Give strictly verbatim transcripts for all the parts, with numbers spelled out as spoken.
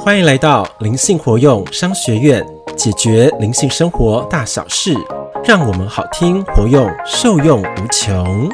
欢迎来到灵性活用商学院，解决灵性生活大小事，让我们好听活用，受用无穷。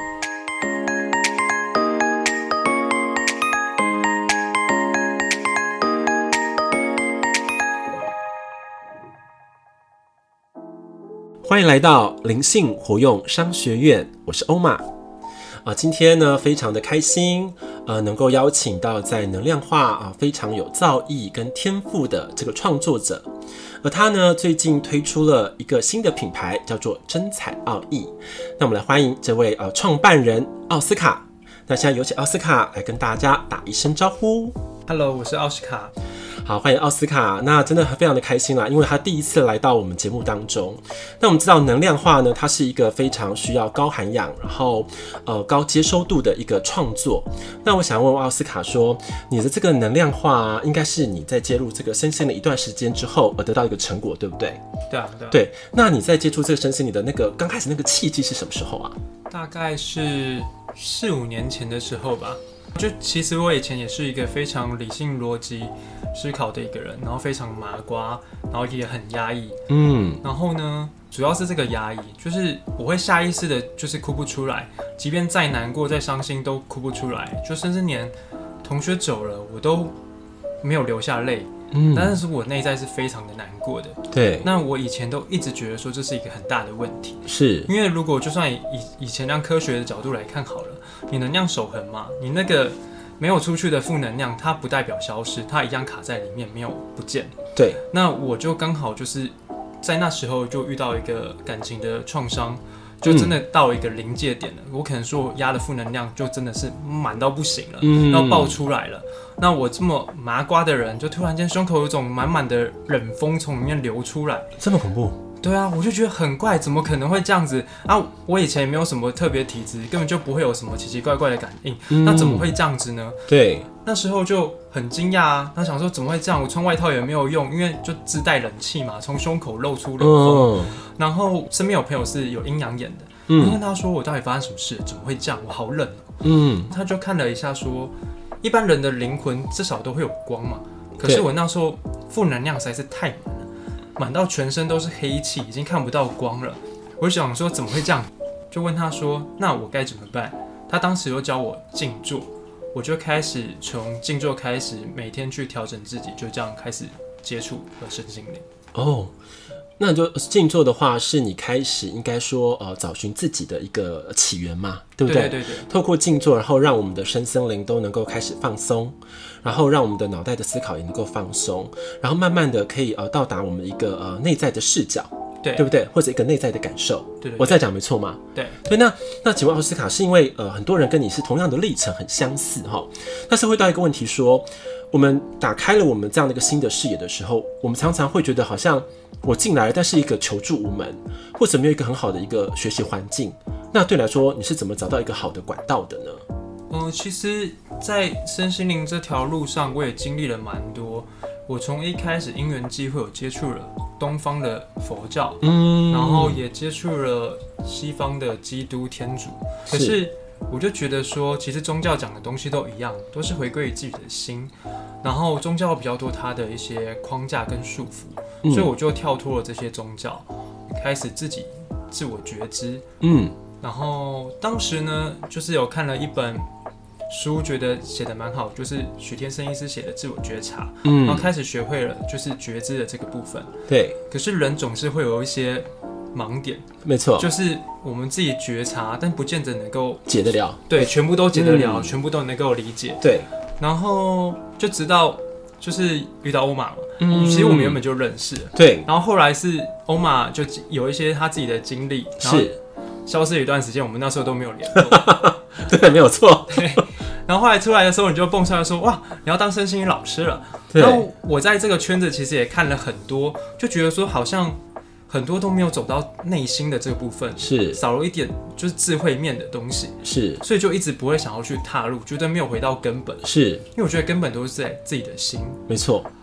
欢迎来到灵性活用商学院，我是欧玛。啊，今天呢非常的开心，呃，能够邀请到在能量化啊非常有造诣跟天赋的这个创作者，而他呢最近推出了一个新的品牌，叫做真彩奥义。那我们来欢迎这位呃创办人奥斯卡。那现在有请奥斯卡来跟大家打一声招呼。 Hello， 我是奥斯卡。 好，欢迎奥斯卡。那真的非常的开心啦，因为他第一次来到我们节目当中。那我们知道能量化呢，它是一个非常需要高涵养，然后呃高接收度的一个创作。那我想问问奥斯卡说，你的这个能量化、啊、应该是你在接入这个身心灵一段时间之后而得到一个成果，对不对？ 对啊，对啊。 对，那你在接触这个身心灵的那个刚开始那个契机是什么时候啊？ 大概是四五年前的时候吧。就其实我以前也是一个非常理性逻辑思考的一个人，然后非常麻瓜，然后也很压抑。嗯，然后呢，主要是这个压抑，就是我会下意识的，就是哭不出来，即便再难过、再伤心都哭不出来，就甚至连同学走了，我都没有流下泪。嗯，但是我内在是非常的难过的。 对， 那我以前都一直觉得说这是一个很大的问题， 是因为如果就算以以前让科学的角度来看好了，你能量守恒嘛，你那个没有出去的负能量，它不代表消失，它一样卡在里面，没有不见。 对， 那我就刚好就是在那时候就遇到一个感情的创伤。就真的到一个临界点了，嗯、我可能说我压的负能量就真的是满到不行了，嗯、要爆出来了。那我这么麻瓜的人，就突然间胸口有一种满满的冷风从里面流出来， 这么恐怖？ 对啊，我就觉得很怪，怎么可能会这样子啊？我以前也没有什么特别体质，根本就不会有什么奇奇怪怪的感应，嗯、那怎么会这样子呢？ 对， 那时候就很惊讶啊，他想说怎么会这样？我穿外套也没有用，因为就自带冷气嘛，从胸口漏出冷风。嗯、然后身边有朋友是有阴阳眼的。我跟他说我到底发生什么事，怎么会这样？我好冷、喔、嗯，他就看了一下说，一般人的灵魂至少都会有光嘛，可是我那时候负能量实在是太满了，满到全身都是黑气，已经看不到光了。我就想说怎么会这样，就问他说那我该怎么办？他当时又教我静坐，我就开始从静坐开始，每天去调整自己，就这样开始接触了身心灵。 哦，那你就静坐的话，是你开始应该说呃找寻自己的一个起源嘛，对不对？ 对对对。 透过静坐，然后让我们的身心灵都能够开始放松，然后让我们的脑袋的思考也能够放松，然后慢慢的可以呃到达我们一个呃内在的视角， 对对不对？或者一个内在的感受。 对对对， 我在讲没错吗？ 对对。那那请问奥斯卡，是因为呃很多人跟你是同样的历程，很相似哈，但是会到一个问题说，我们打开了我们这样的一个新的视野的时候，我们常常会觉得好像我进来了，但是一个求助无门，或者没有一个很好的一个学习环境。那对你来说，你是怎么找到一个好的管道的呢？ 嗯，其实，在身心灵这条路上，我也经历了蛮多。我从一开始因缘际会有接触了东方的佛教，嗯，然后也接触了西方的基督天主。可是我就觉得说，其实宗教讲的东西都一样，都是回归于自己的心。然后宗教比较多它的一些框架跟束缚，嗯、所以我就跳脱了这些宗教，开始自己自我觉知。嗯，然后当时呢，就是有看了一本书，觉得写得蛮好，就是许天生医师写的《自我觉察》，嗯，然后开始学会了就是觉知的这个部分。 对， 可是人总是会有一些盲点， 没错， 就是我们自己觉察，但不见得能够解得了， 对，全部都解得了， 嗯、 全部都能够理解， 对。然后就直到就是遇到欧玛嘛，嗯，其实我们原本就认识了， 对。 然后后来是欧玛就有一些他自己的经历，然后消失了一段时间，我们那时候都没有联络， 对，没有错， 对。然后后来出来的时候，你就蹦出来说：“哇，你要当身心灵老师了。”然后我在这个圈子其实也看了很多，就觉得说好像很多都没有走到内心的这个部分， 是少了一点就是智慧面的东西， 是， 所以就一直不会想要去踏入，觉得没有回到根本， 是因为我觉得根本都是在自己的心， 没错。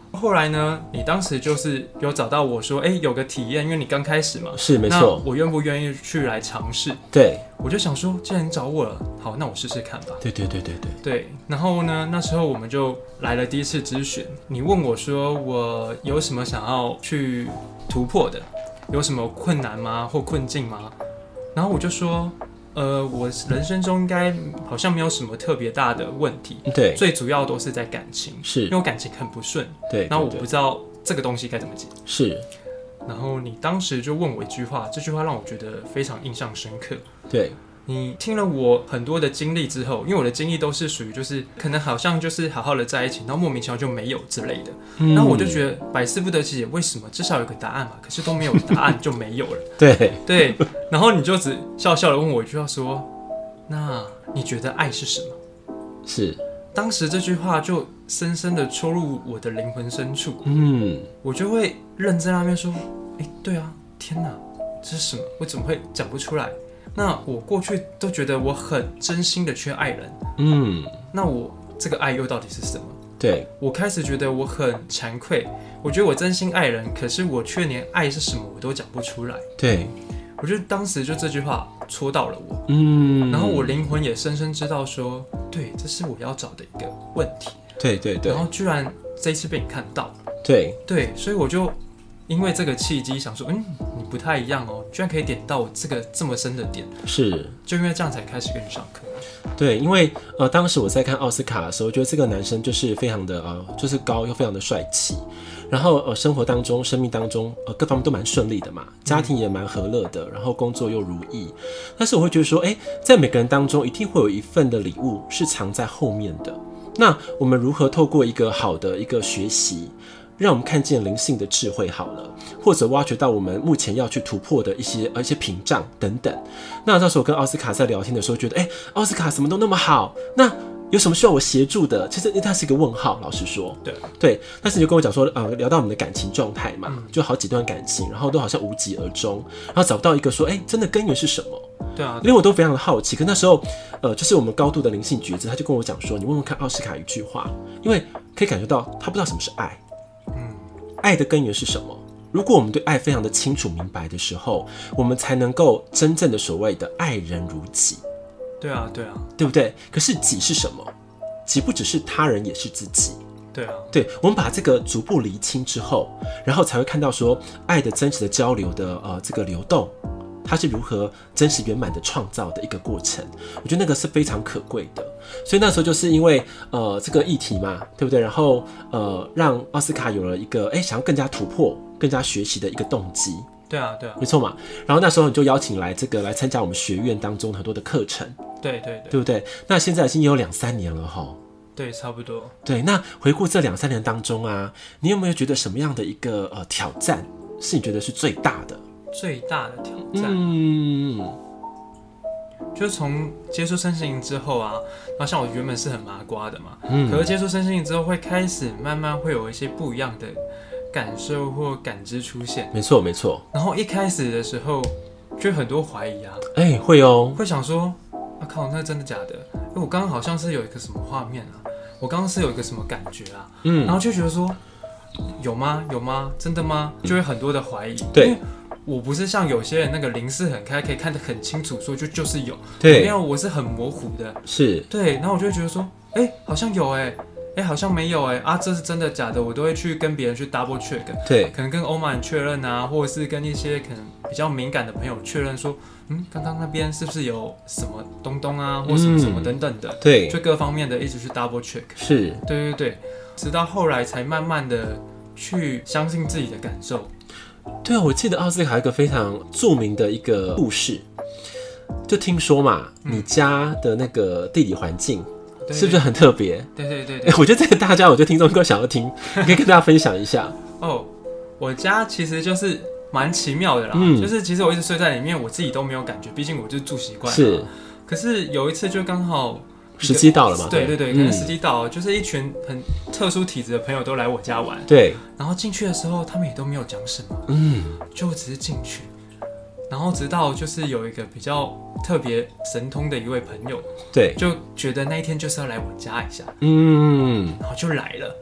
后来呢，你当时就是有找到我说，哎、欸，有个体验，因为你刚开始嘛， 是没错， 我愿不愿意去来尝试？ 对， 我就想说，既然你找我了，好，那我试试看吧。 对对对对对对。然后呢，那时候我们就来了第一次咨询，你问我说，我有什么想要去突破的，有什么困难吗，或困境吗？然后我就说。呃，我人生中应该好像没有什么特别大的问题， 对， 最主要都是在感情， 是因为我感情很不顺， 对， 然后我不知道这个东西该怎么解， 是。 然后你当时就问我一句话，这句话让我觉得非常印象深刻。 对， 你听了我很多的经历之后，因为我的经历都是属于就是可能好像就是好好的在一起，然后莫名其妙就没有之类的，嗯、然后我就觉得百思不得其解，为什么至少有个答案嘛，可是都没有答案就没有了。 对对，然后你就只笑笑的问我一句话说，那你觉得爱是什么？ 是。 当时这句话就深深的戳入我的灵魂深处， 嗯， 我就会认真那边说，哎、欸，对啊，天哪，这是什么？我怎么会讲不出来？那我过去都觉得我很真心的去爱人，嗯，那我这个爱又到底是什么？ 对， 我开始觉得我很惭愧，我觉得我真心爱人，可是我却连爱是什么我都讲不出来。 对， 我觉得当时就这句话戳到了我， 嗯， 然后我灵魂也深深知道说，对，这是我要找的一个问题。 对对对， 然后居然这一次被你看到了， 对对， 所以我就因为这个契机想说，嗯，你不太一样哦，居然可以点到我这个这么深的点， 是， 就因为这样才开始跟你上课。 对，因为呃，当时我在看奥斯卡的时候，我觉得这个男生就是非常的呃，就是高又非常的帅气，然后呃，生活当中、生命当中呃，各方面都蛮顺利的嘛，家庭也蛮和乐的，然后工作又如意。但是我会觉得说，哎，在每个人当中，一定会有一份的礼物是藏在后面的。那我们如何透过一个好的一个学习，让我们看见灵性的智慧好了，或者挖掘到我们目前要去突破的一些呃一些屏障等等。那到时候跟奥斯卡在聊天的时候，觉得哎、欸，奥斯卡什么都那么好，那有什么需要我协助的？其实它是一个问号，老实说。 对对，但是你就跟我讲说，呃，聊到我们的感情状态嘛，嗯、就好几段感情，然后都好像无疾而终，然后找不到一个说，哎、欸，真的根源是什么？ 对啊， 因为我都非常的好奇。可那时候，呃，就是我们高度的灵性觉知，他就跟我讲说，你问问看奥斯卡一句话，因为可以感觉到他不知道什么是爱。嗯，爱的根源是什么？如果我们对爱非常的清楚明白的时候，我们才能够真正的所谓的爱人如己。 对啊，对啊， 对不对？可是己是什么？己不只是他人，也是自己。 对啊， 对，我们把这个逐步厘清之后，然后才会看到说，爱的真实的交流的呃这个流动，它是如何真实圆满的创造的一个过程。我觉得那个是非常可贵的。所以那时候就是因为呃这个议题嘛，对不对？然后呃让奥斯卡有了一个哎想要更加突破、更加学习的一个动机。 对啊，对啊， 没错嘛。然后那时候你就邀请来这个来参加我们学院当中很多的课程。 对对对， 对不对？那现在已经有两三年了哈。 对，差不多。对， 那回顾这两三年当中啊，你有没有觉得什么样的一个呃挑战是你觉得是最大的？ 最大的挑战， 嗯， 就是从接触身心灵之后啊，然后像我原本是很麻瓜的嘛， 嗯， 可是接触身心灵之后，会开始慢慢会有一些不一样的感受或感知出现。 没错，没错。 然后一开始的时候，就很多怀疑啊， 哎、欸，会哦， 会想说。啊靠，那真的假的？哎，我刚刚好像是有一个什么画面啊，我刚刚是有一个什么感觉啊，嗯，然后就觉得说，有吗？有吗？真的吗？就会很多的怀疑， 对， 因为我不是像有些人那个灵视很开，可以看得很清楚，说就就是有， 对， 没有，我是很模糊的， 是， 对，然后我就会觉得说，哎、欸，好像有、欸，哎。哎，好像没有哎啊，这是真的假的？我都会去跟别人去 double check， 对， 可能跟欧曼确认啊，或者是跟一些可能比较敏感的朋友确认说，嗯，刚刚那边是不是有什么东东啊，或什么什么等等的，嗯、 对， 就各方面的一直去 double check， 是， 对对对，直到后来才慢慢的去相信自己的感受。 对啊，我记得奥斯卡有一个非常著名的一个故事，就听说嘛，嗯、你家的那个地理环境。是不是很特别？ 对对对对， 欸，我觉得这个大家，我觉得听众都想要听，你可以跟大家分享一下。 哦，我家其实就是蛮奇妙的啦，嗯，就是其实我一直睡在里面，我自己都没有感觉，毕竟我就住习惯了。是，可是有一次就刚好时机到了嘛？ 对对对，可能时机到了，嗯，就是一群很特殊体质的朋友都来我家玩， 对， 然后进去的时候，他们也都没有讲什么， 嗯， 就只是进去。然后直到就是有一个比较特别神通的一位朋友， 对， 就觉得那一天就是要来我家一下， 嗯， 然后就来了。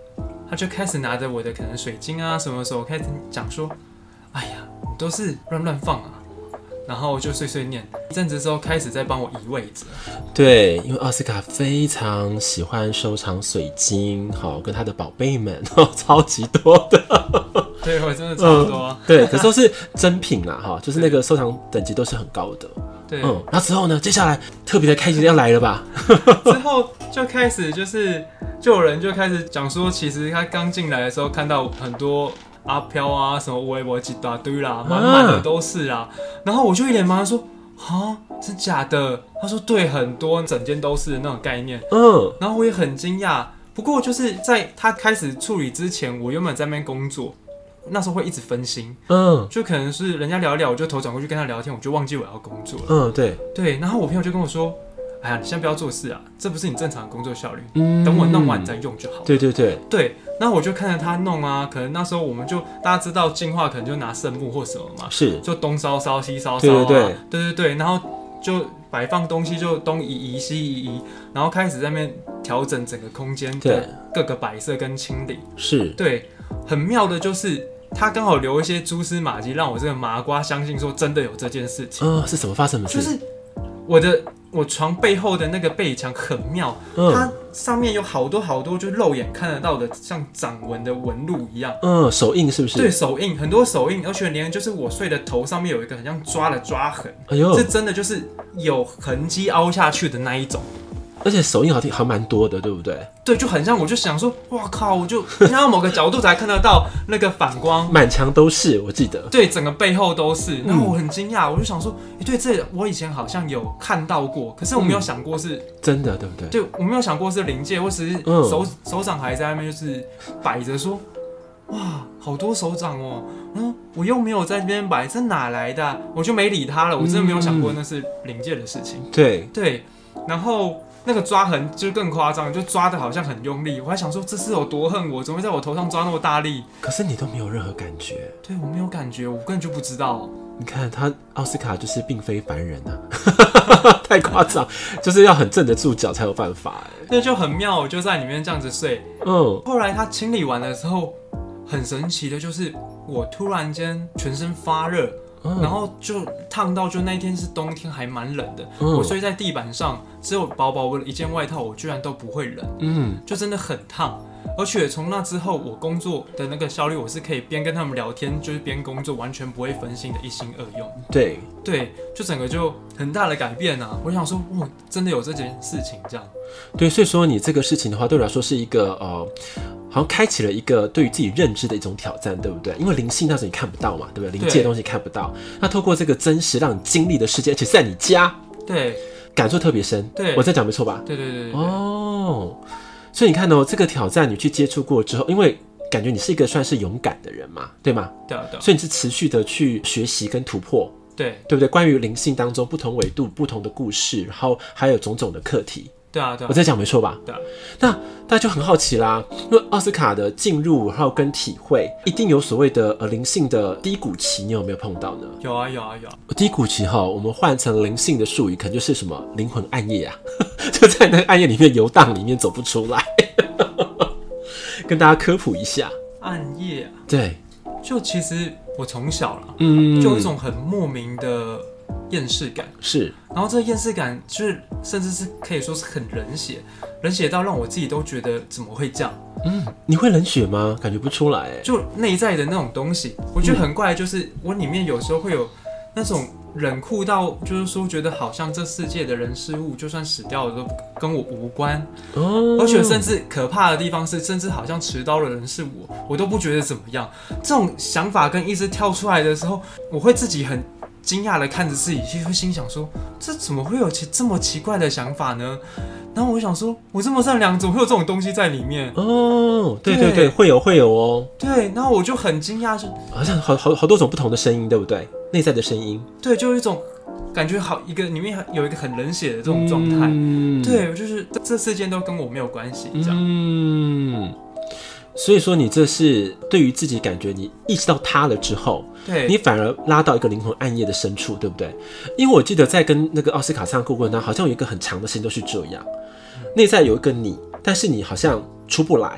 他就开始拿着我的可能水晶啊什么时候开始讲说，哎呀，你都是乱乱放啊。然后就碎碎念，一阵子之后开始在帮我移位置。 对，因为奥斯卡非常喜欢收藏水晶，好，跟他的宝贝们，超级多的。 对，我真的超多、啊嗯。对，可是都是真品啦，哈，就是那个收藏等级都是很高的。 对， 嗯，然后之后呢，接下来特别的开心要来了吧？ 之后就开始就是，就有人就开始讲说，其实他刚进来的时候看到很多。阿飘啊，什么微博一大堆啦，满满的都是啦。然后我就一脸茫然说：“啊，真假的？”他说：“对，很多，整间都是那种概念。”嗯。然后我也很惊讶。不过就是在他开始处理之前，我原本在那边工作，那时候会一直分心。嗯。就可能是人家聊一聊，我就头转过去跟他聊天，我就忘记我要工作了。 嗯，对。 对。然后我朋友就跟我说。哎呀，你先不要做事啊，这不是你正常的工作效率。嗯，等我弄完再用就好了。 对对对对，然后我就看着他弄啊，可能那时候我们就大家知道进化可能就拿圣木或什么嘛， 是， 就东烧烧西烧烧、啊， 对对对对对对，然后就摆放东西就东移移西移移，然后开始在那边调整整个空间的各个摆设跟清理。 是， 对，很妙的就是他刚好留一些蛛丝马迹，让我这个麻瓜相信说真的有这件事情。 嗯、呃，是怎么发生的事？ 就是我的。我床背后的那个背墙很妙，嗯、它上面有好多好多就肉眼看得到的像掌纹的纹路一样。 嗯，手印是不是？ 对，手印很多手印，而且连就是我睡的头上面有一个很像抓的抓痕， 哎呦， 是真的就是有痕迹凹下去的那一种。 而且手印好像还蛮多的，对不对？ 对，就很像，我就想说，哇靠，我就看到某个角度才看得到那个反光， 满墙都是，我记得。 对，整个背后都是，然后我很惊讶，我就想说，哎、欸，对，这我以前好像有看到过，可是我没有想过是、嗯、 真的，对不对？ 对，我没有想过是灵界，或是手、嗯、手掌还在那边，就是摆着说，哇，好多手掌哦，嗯，我又没有在这边摆，这哪来的、啊？我就没理他了，我真的没有想过那是灵界的事情。 嗯、对对，然后。那个抓痕就更夸张，就抓的好像很用力，我还想说这是有多恨我，怎么会在我头上抓那么大力？ 可是你都没有任何感觉。 对，我没有感觉，我根本就不知道。 你看他奥斯卡就是并非凡人啊，太夸张，就是要很站得住脚才有办法哎。 那就很妙，我就在里面这样子睡。嗯。后来他清理完的时候，很神奇的就是我突然间全身发热。然后就烫到，就那一天是冬天，还蛮冷的。嗯、我睡在地板上，只有薄薄的一件外套，我居然都不会冷。嗯，就真的很烫。而且从那之后，我工作的那个效率，我是可以边跟他们聊天，就是边工作，完全不会分心的，一心二用。 对对，就整个就很大的改变啊！我想说，哇，真的有这件事情这样。 对，所以说你这个事情的话，对我来说是一个呃。好像开启了一个对于自己认知的一种挑战，对不对？因为灵性那时候你看不到嘛，对不对？灵界的东西看不到，那透过这个真实让你经历的世界，而且是在你家， 对， 感受特别深。 对， 我这样讲没错吧？ 对对 对, 对。 哦，所以你看哦，这个挑战你去接触过之后，因为感觉你是一个算是勇敢的人嘛，对吗？ 对啊对啊。 所以你是持续的去学习跟突破， 对对不对？关于灵性当中不同纬度、不同的故事，然后还有种种的课题。 对啊，对啊， 我在讲没错吧？ 对啊， 那大家就很好奇啦，因为奥斯卡的进入还有跟体会，一定有所谓的呃灵性的低谷期，你有没有碰到呢？ 有啊，有啊，有啊。 低谷期哈，我们换成灵性的术语，可能就是什么灵魂暗夜啊，就在那个暗夜里面游荡，里面走不出来。跟大家科普一下， 暗夜啊， 对， 就其实我从小啦，嗯，就有一种很莫名的。厌世感是， 然后这个厌世感就是甚至是可以说是很冷血，冷血到让我自己都觉得怎么会这样？ 嗯，你会冷血吗？感觉不出来， 就内在的那种东西，我觉得很怪，就是我里面有时候会有那种冷酷到，就是说觉得好像这世界的人事物，就算死掉了都跟我无关。哦，而且甚至可怕的地方是，甚至好像持刀的人是我，我都不觉得怎么样。这种想法跟意识跳出来的时候，我会自己很。惊讶的看着自己，其实会心想说：“这怎么会有这么奇怪的想法呢？”然后我想说：“我这么善良，怎么会有这种东西在里面？” 哦，对对对，会有会有哦。 对，然后我就很惊讶，就好像好好好多种不同的声音，对不对？内在的声音， 对，就有一种感觉，好一个里面有一个很冷血的这种状态。嗯、对，就是这事件都跟我没有关系，这样。嗯。 所以说，你这是对于自己感觉，你意识到它了之后， 对， 你反而拉到一个灵魂暗夜的深处，对不对？因为我记得在跟那个奥斯卡上过过程，好像有一个很长的时间都是这样，内在有一个你，但是你好像出不来，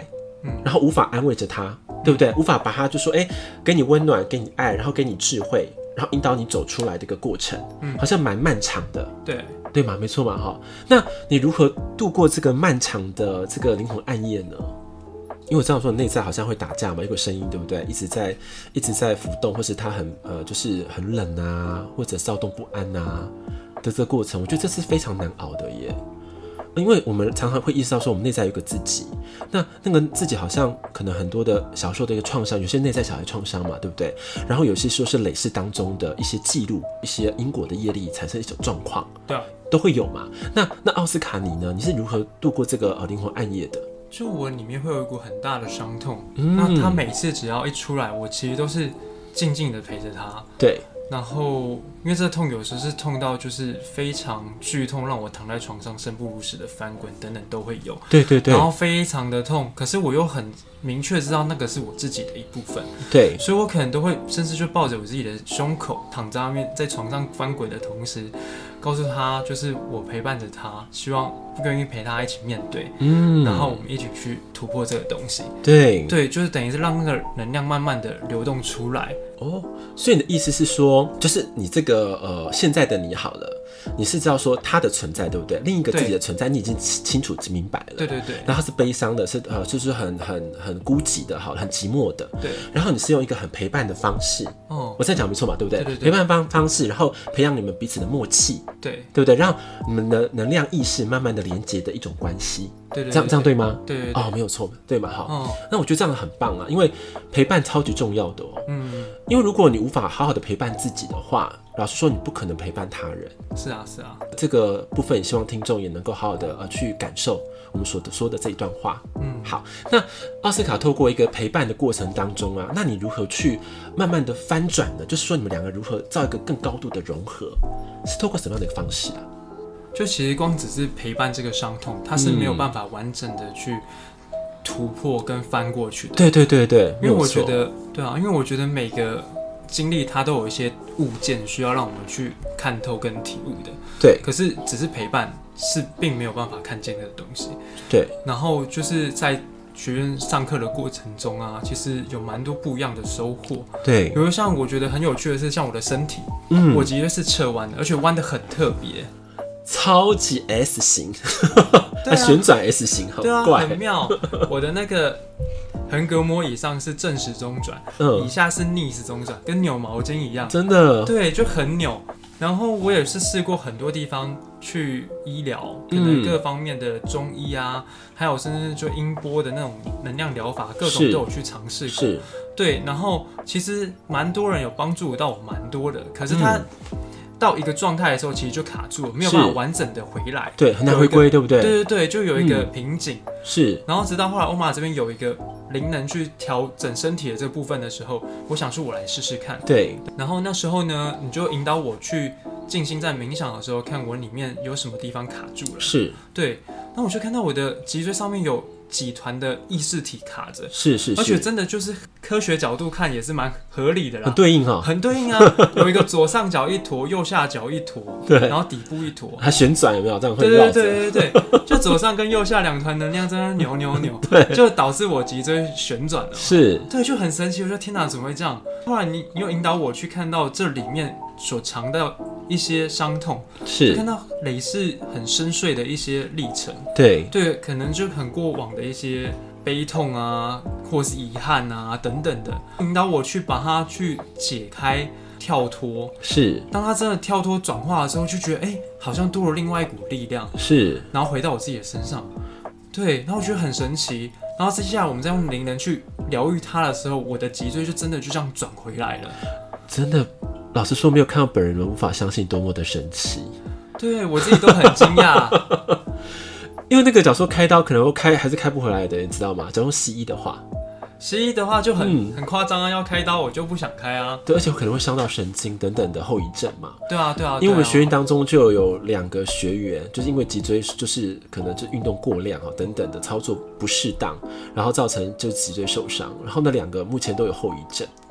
嗯，然后无法安慰着他，对不对？无法把他就说，哎、欸，给你温暖，给你爱，然后给你智慧，然后引导你走出来的一个过程，嗯，好像蛮漫长的， 对对嘛，没错嘛，哈。那你如何度过这个漫长的这个灵魂暗夜呢？因为我知道说内在好像会打架嘛，有个声音，对不对？一直在一直在浮动，或是他很呃，就是很冷啊，或者躁动不安啊的这个过程，我觉得这是非常难熬的耶。因为我们常常会意识到说，我们内在有一个自己，那那个自己好像可能很多的小时候的一个创伤，有些内在小孩创伤嘛，对不对？然后有些说是累世当中的一些记录，一些因果的业力产生一种状况， 对啊， 都会有嘛。那那奥斯卡你呢？你是如何度过这个呃灵魂暗夜的？ 就我里面会有一股很大的伤痛，嗯、那他每次只要一出来，我其实都是静静的陪着他。 对。 然后，因为这痛有时候是痛到就是非常剧痛，让我躺在床上生不如死的翻滚等等都会有。 对对对。 然后非常的痛，可是我又很明确知道那个是我自己的一部分。 对。 所以我可能都会甚至就抱着我自己的胸口躺在那边，在床上翻滚的同时，告诉他就是我陪伴着他，希望不愿意陪他一起面对。嗯。然后我们一起去突破这个东西。 对。 对，就是等于是让那个能量慢慢的流动出来。 哦，所以你的意思是说，就是你这个呃现在的你好了，你是知道说他的存在，对不对？另一个自己的存在，你已经清楚明白了。 对对对。 然后他是悲伤的，是呃就是很很很孤寂的，好，很寂寞的。 对。 然后你是用一个很陪伴的方式，哦，我这样讲没错嘛，对不对？ 对对对。 陪伴方方式，然后培养你们彼此的默契， 对对不对？让你们的能量意识慢慢的连接的一种关系。 对对对。 这样这样对吗？ 对对对。 哦，没有错，对嘛？好。哦。那我觉得这样很棒啊，因为陪伴超级重要的哦。嗯。因为如果你无法好好的陪伴自己的话，老实说，你不可能陪伴他人。 是啊，是啊。 这个部分也希望听众也能够好好的呃去感受我们所说的这一段话。嗯，好。那奥斯卡透过一个陪伴的过程当中啊，那你如何去慢慢的翻转呢？就是说你们两个如何造一个更高度的融合，是透过什么样的一个方式啊？ 就其实光只是陪伴这个伤痛，它是没有办法完整的去突破跟翻过去的。 对对对对， 因为我觉得，对啊，因为我觉得每个经历它都有一些物件需要让我们去看透跟体悟的。 对。 可是只是陪伴是并没有办法看见那个东西。 对。 然后就是在学院上课的过程中啊，其实有蛮多不一样的收获。 对。 比如像我觉得很有趣的是，像我的身体，嗯，我脊椎是侧弯的，而且弯得很特别。 超级 S 型，它旋转 S 型，好怪， 对啊，很妙。我的那个横膈膜以上是正时钟转，嗯，以下是逆时钟转，跟扭毛巾一样， 真的， 对，就很扭。然后我也是试过很多地方去医疗，可能各方面的中医啊，嗯、还有甚至就音波的那种能量疗法，各种都有去尝试过。 是， 对。然后其实蛮多人有帮助到我蛮多的，可是他。嗯到一个状态的时候，其实就卡住了，没有办法完整的回来， 对，很难回归，对不对？ 对对对，就有一个瓶颈、嗯。 是， 然后直到后来欧玛这边有一个灵能去调整身体的这个部分的时候，我想说我来试试看。 对。 然后那时候呢，你就引导我去静心在冥想的时候，看我里面有什么地方卡住了。 是。 对。那我就看到我的脊椎上面有几团的意识体卡着， 是是是， 而且真的就是科学角度看也是蛮合理的啦， 很对应哈， 很对应啊。有一个左上角一坨，右下角一坨， 对， 然后底部一坨， 它旋转有没有？这样会绕着， 对对对对对，就左上跟右下两团能量在那扭扭扭，对，就导致我脊椎旋转了， 是， 对，就很神奇。我说天哪，怎么会这样？后来你你又引导我去看到这里面所藏的一些伤痛， 是看到累世很深邃的一些历程， 对对，可能就很过往的一些悲痛啊，或是遗憾啊等等的，引导我去把它去解开、跳脱。是，当他真的跳脱转化的时候，就觉得哎、欸，好像多了另外一股力量， 是， 然后回到我自己的身上，对，然后我觉得很神奇。然后接下来我们再用灵能去疗愈它的时候，我的脊椎就真的就这样转回来了， 真的。老实说，没有看到本人，无法相信多么的神奇。 对我自己都很惊讶， 因为那个假如说开刀可能会开还是开不回来的，你知道吗？假如用西医的话， 西医的话就很、嗯、很夸张啊，要开刀我就不想开啊。 对，而且可能会伤到神经等等的后遗症嘛。 对啊，对啊。 因为我们学院当中就有两个学员，就是因为脊椎就是可能就运动过量啊等等的操作不适当，然后造成就脊椎受伤，然后那两个目前都有后遗症。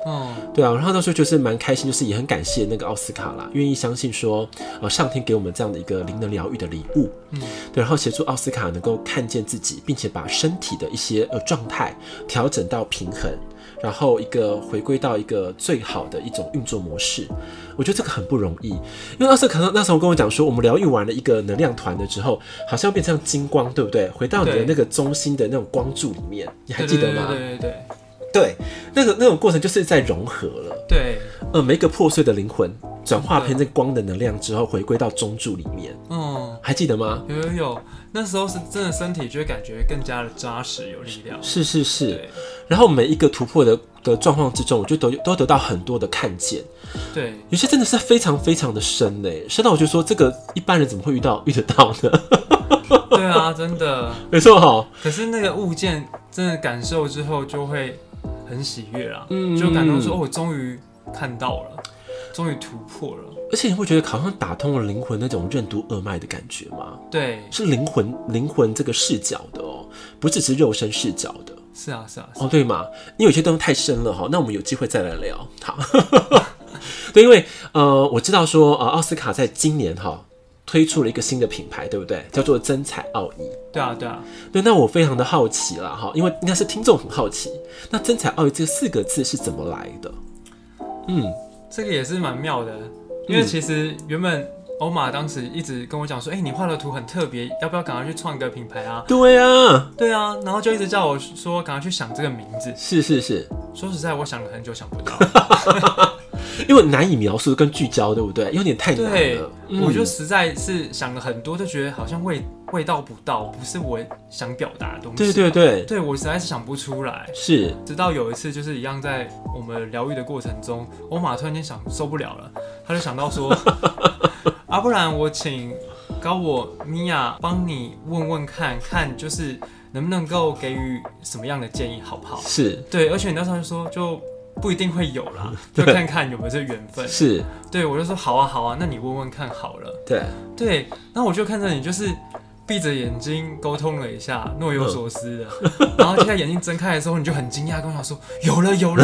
哦， 对啊，然后那时候就是蛮开心，就是也很感谢那个奥斯卡啦，愿意相信说，呃，上天给我们这样的一个灵能疗愈的礼物，嗯，对，然后协助奥斯卡能够看见自己，并且把身体的一些呃状态调整到平衡。然后一个回归到一个最好的一种运作模式，我觉得这个很不容易，因为奥斯卡那时候跟我讲说，我们疗愈完了一个能量团了之后，好像变成金光，对不对？回到你的那个中心的那种光柱里面，你还记得吗？ 对对对对对， 对，那个那种过程就是在融合了， 对， 呃，每一个破碎的灵魂转化成这光的能量之后，回归到中柱里面，嗯，还记得吗？ 有有有，那时候是真的身体就会感觉更加的扎实有力量， 是是是，然后每一个突破的的状况之中，我就都都得到很多的看见， 对， 有些真的是非常非常的深嘞，深到我就说这个一般人怎么会遇到遇得到呢？ 对啊，真的， 没错哈。 可是那个物件真的感受之后，就会很喜悦啦，嗯，就感动说，哦，我终于看到了，终于突破了。 而且你会觉得好像打通了灵魂那种任督二脉的感觉吗？ 对， 是灵魂灵魂这个视角的哦，不只是肉身视角的。 是啊是啊是啊哦对嘛，因为有些东西太深了哈，那我们有机会再来聊。好，对，因为呃我知道说呃奥斯卡在今年哈推出了一个新的品牌，对不对？叫做真彩奥义。 对啊对啊， 对，那我非常的好奇啦哈，因为应该是听众很好奇，那真彩奥义这四个字是怎么来的？嗯， 这个也是蛮妙的，因为其实原本欧玛当时一直跟我讲说，哎、欸，你画的图很特别，要不要赶快去创一个品牌啊？ 对啊， 对啊，然后就一直叫我说赶快去想这个名字。 是是是， 说实在，我想了很久想不到， 因为难以描述跟聚焦，对不对？有点太难了。 对， 嗯、 我就实在是想了很多，就觉得好像味味道不到，不是我想表达的东西。 对对对， 对我实在是想不出来。 是， 直到有一次，就是一样在我们疗愈的过程中，欧玛突然间想受不了了，他就想到说，啊，不然我请高我米娅帮你问问看看，就是能不能够给予什么样的建议，好不好？ 是， 对，而且你那时候就说就。不一定会有啦，就看看有没有这缘分。是，对我就说好啊好啊，那你问问看好了。 对对， 然后我就看着你，就是闭着眼睛沟通了一下，若有所思的。嗯、然后接下来眼睛睁开的时候，你就很惊讶，跟我讲说有了有了，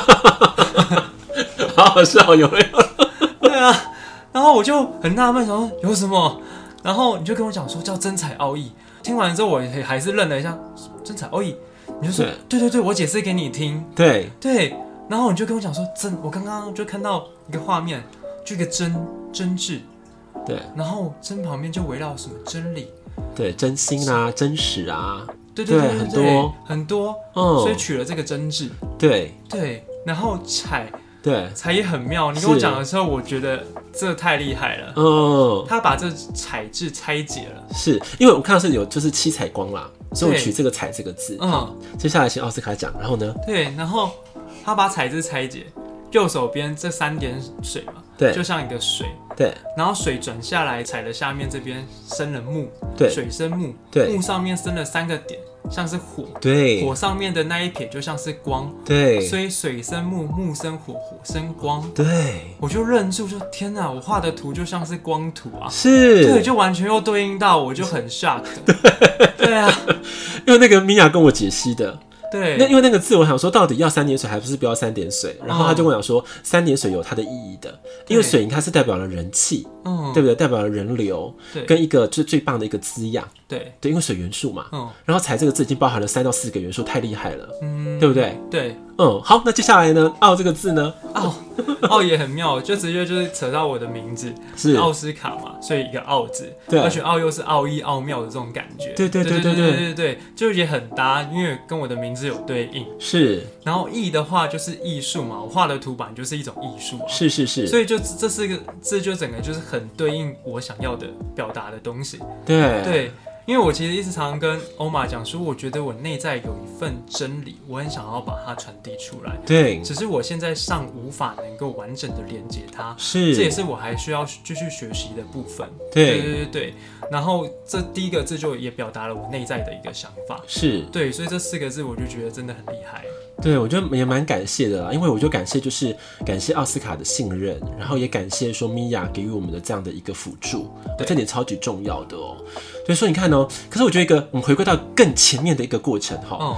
好好笑，有没有？ 对啊，然后我就很纳闷，想说有什么？然后你就跟我讲说叫真彩奥义。听完之后，我还是愣了一下，真彩奥义，你就说对对对，我解释给你听。 对对。然后你就跟我讲说真，我刚刚就看到一个画面，就一个真真挚， 对， 然后真旁边就围绕什么真理， 对，真心啊，真实啊， 对对 对, 对, 对， 很多很多，嗯，所以取了这个真挚， 对对，然后彩， 对， 彩也很妙。你跟我讲的时候，我觉得这太厉害了， 嗯， 他把这彩字拆解了， 是因为我看到是有就是七彩光啦，所以我取这个彩这个字，嗯，接下来请奥斯卡讲，然后呢， 对，然后。他把彩字拆解，右手边这三点水嘛， 对， 就像一个水， 对， 然后水转下来，彩的下面这边生了木， 对， 水生木， 对， 木上面生了三个点，像是火， 对， 火上面的那一撇就像是光， 对， 所以水生木，木生火，火生光， 对， 我就愣住，说天哪，我画的图就像是光图啊， 是， 对，就完全又对应到，我就很 shock， 对，对啊， 因为那个米娅跟我解析的。 对， 那因为那个字，我想说到底要三点水还不是不要三点水？然后他就跟我讲说，三点水有它的意义的，因为水银它是代表了人气，嗯，对不对？代表了人流，对，跟一个就是最棒的一个滋养， 对对，因为水元素嘛，嗯，然后彩这个字已经包含了三到四个元素，太厉害了，嗯，对不对？ 对， 嗯，好，那接下来呢，奥这个字呢， 奥奥也很妙，就直接就是扯到我的名字是奥斯卡嘛，所以一个奥字，对，而且奥又是奥义奥妙的这种感觉， 对对对对对对对对，就也很搭，因为跟我的名字有对应， 是， 然后艺的话就是艺术嘛，我画的图板就是一种艺术啊， 是是是， 所以就这是个这就整个就是很对应我想要的表达的东西， 对对。因为我其实一直常常跟欧玛讲说，我觉得我内在有一份真理，我很想要把它传递出来。 对， 只是我现在尚无法能够完整的连接它， 是， 这也是我还需要继续学习的部分。 对， 对对对对。然后这第一个字就也表达了我内在的一个想法。 是， 对，所以这四个字我就觉得真的很厉害。 对，我觉得也蛮感谢的啦，因为我就感谢就是感谢奥斯卡的信任，然后也感谢说米娅给予我们的这样的一个辅助，这点超级重要的哦。所以说你看哦，可是我觉得一个我们回归到更前面的一个过程哈，哦，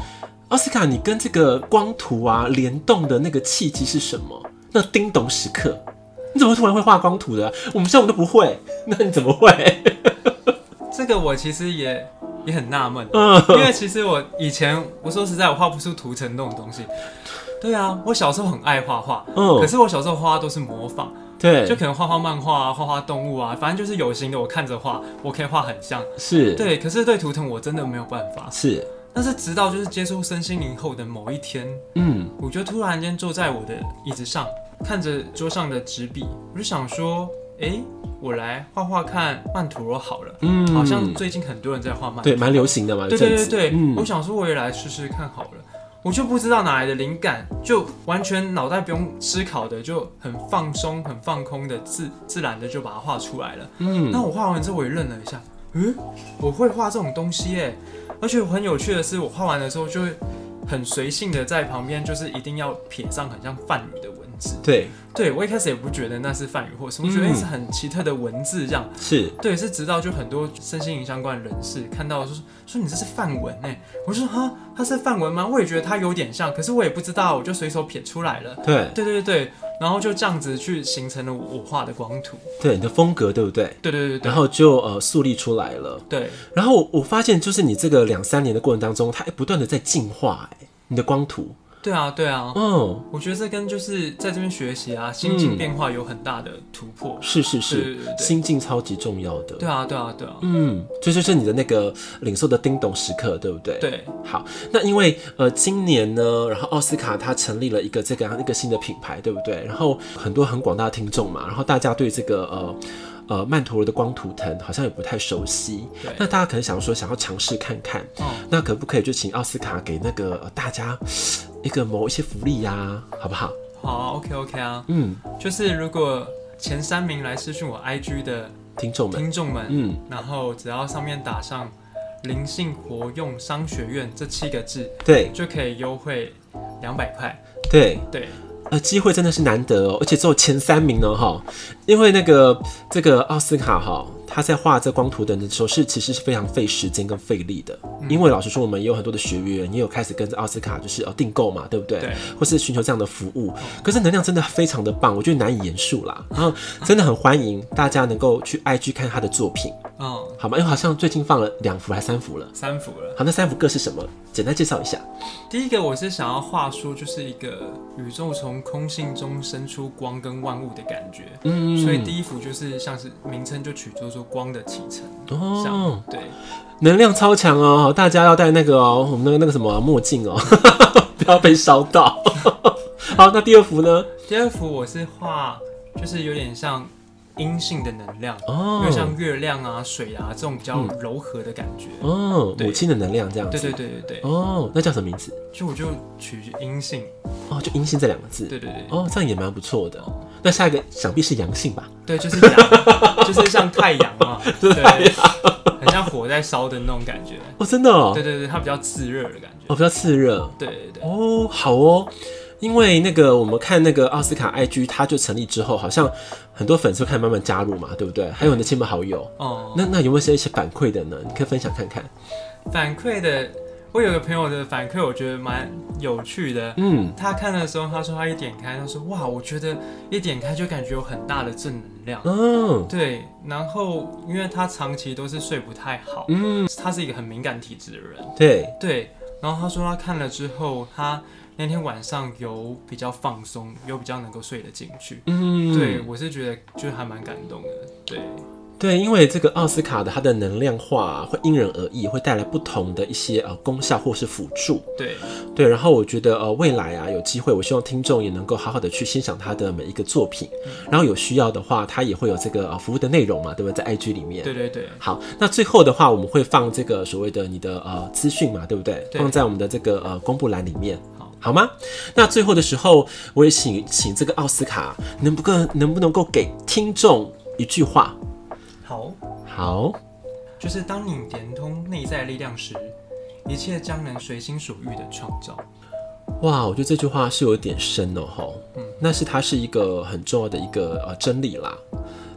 奥斯卡，你跟这个光图啊联动的那个契机是什么？那叮咚时刻，你怎么突然会画光图的、啊？我们像我们都不会，那你怎么会？ 这个我其实也也很纳闷， 嗯， 因为其实我以前我说实在，我画不出图腾这种东西。对啊，我小时候很爱画画，嗯，可是我小时候画都是模仿， 对， 就可能画画漫画啊，画画动物啊，反正就是有形的，我看着画，我可以画很像， 是， 对。可是对图腾我真的没有办法， 是。 但是直到就是接触身心灵后的某一天，嗯，我就突然间坐在我的椅子上，看着桌上的纸笔，我就想说，哎、欸，我来画画看曼陀罗好了，嗯，好像最近很多人在画曼陀罗， 对，蛮流行的嘛， 对对对对， 嗯、 我想说我也来试试看好了。我就不知道哪来的灵感，就完全脑袋不用思考的，就很放松、很放空的自自然的就把它画出来了。嗯，那我画完之后我也愣了一下，嗯，我会画这种东西耶，而且很有趣的是，我画完的时候就会很随性的在旁边，就是一定要撇上很像梵语的文字。 对， 对我一开始也不觉得那是梵语或什么，我觉得是很奇特的文字这样。 是， 对，是直到就很多身心灵相关的人士看到说说你这是梵文哎，我就说哈，它是梵文吗？我也觉得它有点像，可是我也不知道，我就随手撇出来了。 对， 对对对，然后就这样子去形成了我画的光图。 对，你的风格对不对？ 对对 对, 對， 然后就呃树立出来了。 对， 然后 我, 我发现就是你这个两三年的过程当中，它不断的在进化哎，你的光图。 对啊，对啊， 嗯， 我觉得这跟就是在这边学习啊，心境变化有很大的突破。嗯、 是是是， 對對對對， 心境超级重要的。 对啊，对啊，对啊。 嗯，这就是你的那个领受的叮咚时刻，对不对？ 对。 好，那因为呃今年呢，然后奥斯卡他成立了一个这个样一个新的品牌，对不对？然后很多很广大的听众嘛，然后大家对这个呃。呃，曼陀罗的光图腾好像也不太熟悉，那大家可能想说想要尝试看看，哦、那可不可以就请奥斯卡给那个、呃、大家一个某一些福利呀、啊，好不好？ 好 ，OK OK 啊，嗯，就是如果前三名来私讯我 I G 的听众们， 听众们，嗯，然后只要上面打上灵性活用商学院这七个字， 对， 就可以优惠两百块， 对对。 呃，机会真的是难得哦，而且只有前三名呢哈，因为那个这个奥斯卡哈，他在画这光图腾的时候是其实是非常费时间跟费力的，嗯、因为老实说，我们也有很多的学员也有开始跟着奥斯卡就是呃订购嘛，对不对？对，或是寻求这样的服务，可是能量真的非常的棒，我觉得难以言述啦。然后真的很欢迎大家能够去 I G 看他的作品，哦，好吗？因为好像最近放了两幅还三幅了， 三幅了。 好，那三幅各是什么？简单介绍一下。 第一个我是想要画出就是一个宇宙从空性中生出光跟万物的感觉，嗯，所以第一幅就是像是名称就取作说光的启程哦，对， 能量超强哦，大家要戴那个哦，我们那个那个什么墨镜哦，不要被烧到。好，那第二幅呢？ 第二幅我是画就是有点像阴性的能量，哦，有像月亮啊、水啊这种比较柔和的感觉， 哦，母亲的能量这样子， 对对对对对， 哦，那叫什么名字？ 就我就取阴性， 哦，就阴性这两个字， 对对对， 哦，这样也蛮不错的。那下一个想必是阳性吧？ 对，就是阳，就是像太阳嘛，对，很像火在烧的那种感觉。 哦，真的哦， 对对对，它比较炙热的感觉， 哦，比较炙热， 对对对， 哦，好哦。因为那个我们看那个奥斯卡 I G， 它就成立之后，好像很多粉丝开始慢慢加入嘛，对不对？还有你的亲朋好友，哦，那那有没有一些反馈的呢？你可以分享看看。 反馈的，我有个朋友的反馈，我觉得蛮有趣的。嗯，他看的时候，他说他一点开，他说哇，我觉得一点开就感觉有很大的正能量。嗯，对。然后因为他长期都是睡不太好，嗯，他是一个很敏感体质的人。 对对。 然后他说他看了之后，他那天晚上有比较放松，有比较能够睡得进去。嗯，对，我是觉得就还蛮感动的。对， 对，因为这个奥斯卡的它的能量化、啊、会因人而异，会带来不同的一些呃功效或是辅助。 对对，然后我觉得呃未来啊有机会，我希望听众也能够好好的去欣赏他的每一个作品，嗯、然后有需要的话，他也会有这个、呃、服务的内容嘛，对不对？在 I G 里面。 对对对。 好，那最后的话，我们会放这个所谓的你的呃资讯嘛，对不对？对，放在我们的这个呃公布栏里面。好吗？那最后的时候，我也请请这个奥斯卡，能不够能不能够给听众一句话？ 好， 好， 就是当你连通内在力量时，一切将能随心所欲的创造。 哇，我觉得这句话是有点深哦，吼，嗯，那是它是一个很重要的一个呃真理啦。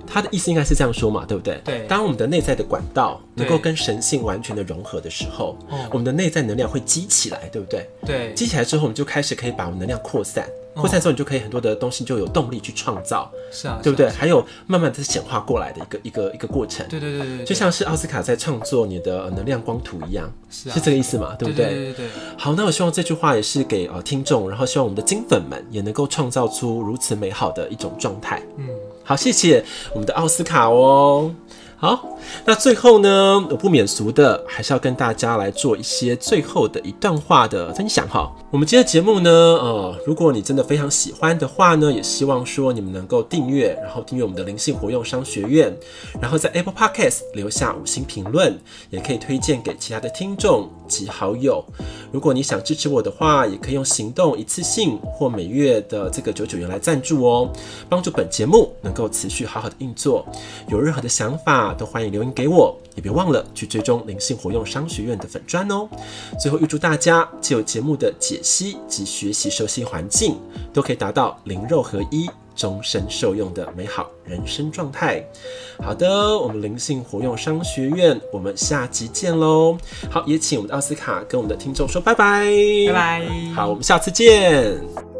他的意思应该是这样说嘛，对不对？ 对。 当我们的内在的管道能够跟神性完全的融合的时候，我们的内在能量会积起来，对不对？ 对。 积起来之后，我们就开始可以把我们能量扩散。扩散之后，你就可以很多的东西就有动力去创造， 是啊， 对不对？ 是啊， 还有慢慢的显化过来的一个一个一个过程。 对对对 对, 对， 就像是奥斯卡在创作你的能量光图一样， 是啊， 是这个意思嘛？对不对？ 对对对对对。 好，那我希望这句话也是给呃听众，然后希望我们的金粉们也能够创造出如此美好的一种状态。嗯，好，谢谢我们的奥斯卡哦。好，那最后呢，我不免俗的还是要跟大家来做一些最后的一段话的分享哈。我们今天的节目呢，呃，如果你真的非常喜欢的话呢，也希望说你们能够订阅，然后订阅我们的灵性活用商学院，然后在 Apple Podcast 留下五星评论，也可以推荐给其他的听众及好友。如果你想支持我的话，也可以用行动一次性或每月的这个九九元来赞助哦，帮助本节目能够持续好好的运作。有任何的想法都欢迎留言给我，也别忘了去追踪灵性活用商学院的粉专哦。最后预祝大家藉由节目的解析及学习熟悉环境，都可以达到灵肉合一、终身受用的美好人生状态。好的，我们灵性活用商学院，我们下集见喽。好，也请我们的奥斯卡跟我们的听众说拜拜， 拜拜。 好，我们下次见。